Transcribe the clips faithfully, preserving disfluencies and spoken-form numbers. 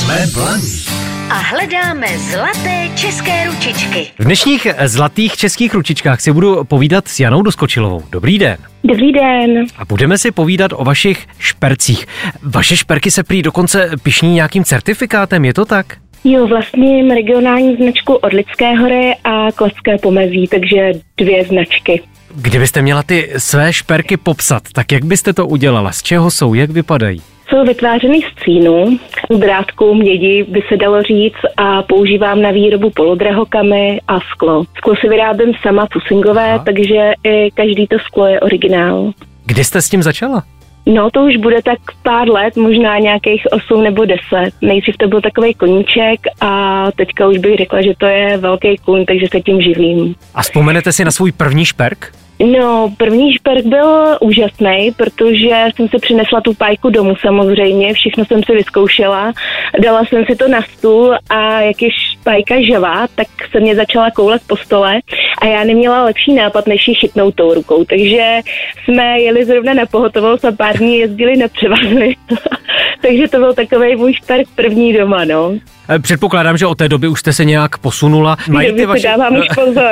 Jsme Blaní a hledáme zlaté české ručičky. V dnešních zlatých českých ručičkách si budu povídat s Janou Doskočilovou. Dobrý den. Dobrý den. A budeme si povídat o vašich špercích. Vaše šperky se prý dokonce pyšní nějakým certifikátem, je to tak? Jo, vlastním regionální značku od Lidské hory a Kladské pomezí, takže dvě značky. Kdybyste měla ty své šperky popsat, tak jak byste to udělala? Z čeho jsou? Jak vypadají? Jsou vytvářeny z cínu, drátku, mědi by se dalo říct, a používám na výrobu polodrahokamy a sklo. Sklo si vyrábím sama fusingové, Aha. takže i každý to sklo je originál. Kdy jste s tím začala? No to už bude tak pár let, možná nějakých osm nebo deset. Nejdřív to byl takovej koníček a teďka už bych řekla, že to je velký kůň, takže se tím živím. A vzpomenete si na svůj první šperk? No, první šperk byl úžasný, protože jsem si přinesla tu pájku domů samozřejmě, všechno jsem si vyzkoušela, dala jsem si to na stůl a jak je pájka žavá, tak se mě začala koulet po stole a já neměla lepší nápad, než ji chytnout tou rukou, takže jsme jeli zrovna na pohotovost a pár dní jezdili na převazy. Takže to byl takovej můj šperk první doma, no. Předpokládám, že od té doby už jste se nějak posunula. Mají ty vaše... dávám už pozor.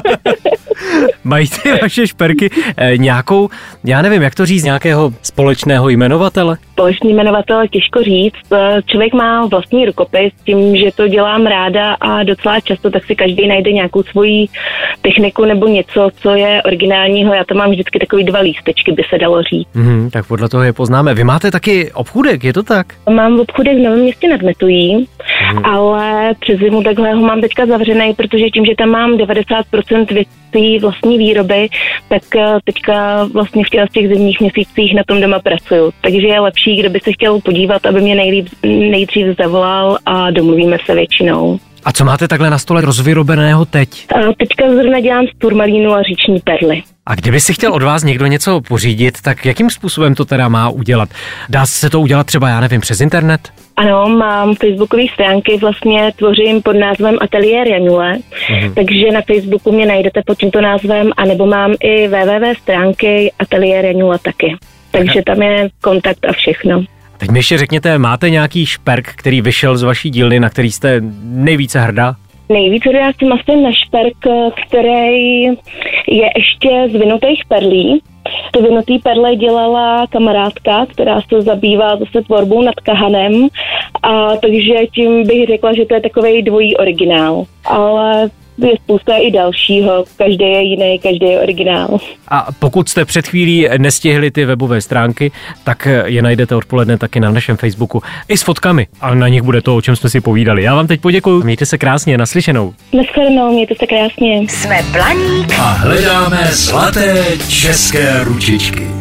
Mají ty vaše šperky eh, nějakou, já nevím, jak to říct, nějakého společného jmenovatele? Společný jmenovatel těžko říct. Člověk má vlastní rukopis, tím, že to dělám ráda a docela často, tak si každý najde nějakou svoji techniku nebo něco, co je originálního. Já to mám vždycky takový dva lístečky, by se dalo říct. Mm, tak podle toho je poznáme. Vy máte taky obchůdek, je to tak? Mám obchůdek v Novém Městě nad Metují, mm. ale přes zimu takhle ho mám teďka zavřený, protože tím, že tam mám devadesát procent věcí vlastní výroby, tak teďka vlastně v těch, těch zimních měsících na tom doma pracuju. Takže je lepší, kdo by se chtěl podívat, aby mě nejlíp, nejdřív zavolal a domluvíme se většinou. A co máte takhle na stole rozvyrobeného teď? A teďka zrovna dělám z turmalínu a říční perly. A kdyby si chtěl od vás někdo něco pořídit, tak jakým způsobem to teda má udělat? Dá se to udělat třeba, já nevím, přes internet? Ano, mám facebookové stránky, vlastně tvořím pod názvem Ateliér Janule, mhm. takže na Facebooku mě najdete pod tímto názvem, anebo mám i www stránky Ateliér Janule taky. Takže tam je kontakt a všechno. Teď mi ještě řekněte, máte nějaký šperk, který vyšel z vaší dílny, na který jste nejvíce hrdá? Nejvíc hrdá jsem asi na šperk, který je ještě z vinutých perlí. To vinutý perle dělala kamarádka, která se zabývá zase tvorbou nad kahanem, a takže tím bych řekla, že to je takovej dvojí originál. Ale je spousta i dalšího, každý je jiný, každý je originál. A pokud jste před chvílí nestihli ty webové stránky, tak je najdete odpoledne taky na našem Facebooku i s fotkami. A na nich bude to, o čem jsme si povídali. Já vám teď poděkuju, mějte se krásně, naslyšenou. Naschledanou, mějte se krásně. Jsme Blaník a hledáme zlaté české ručičky.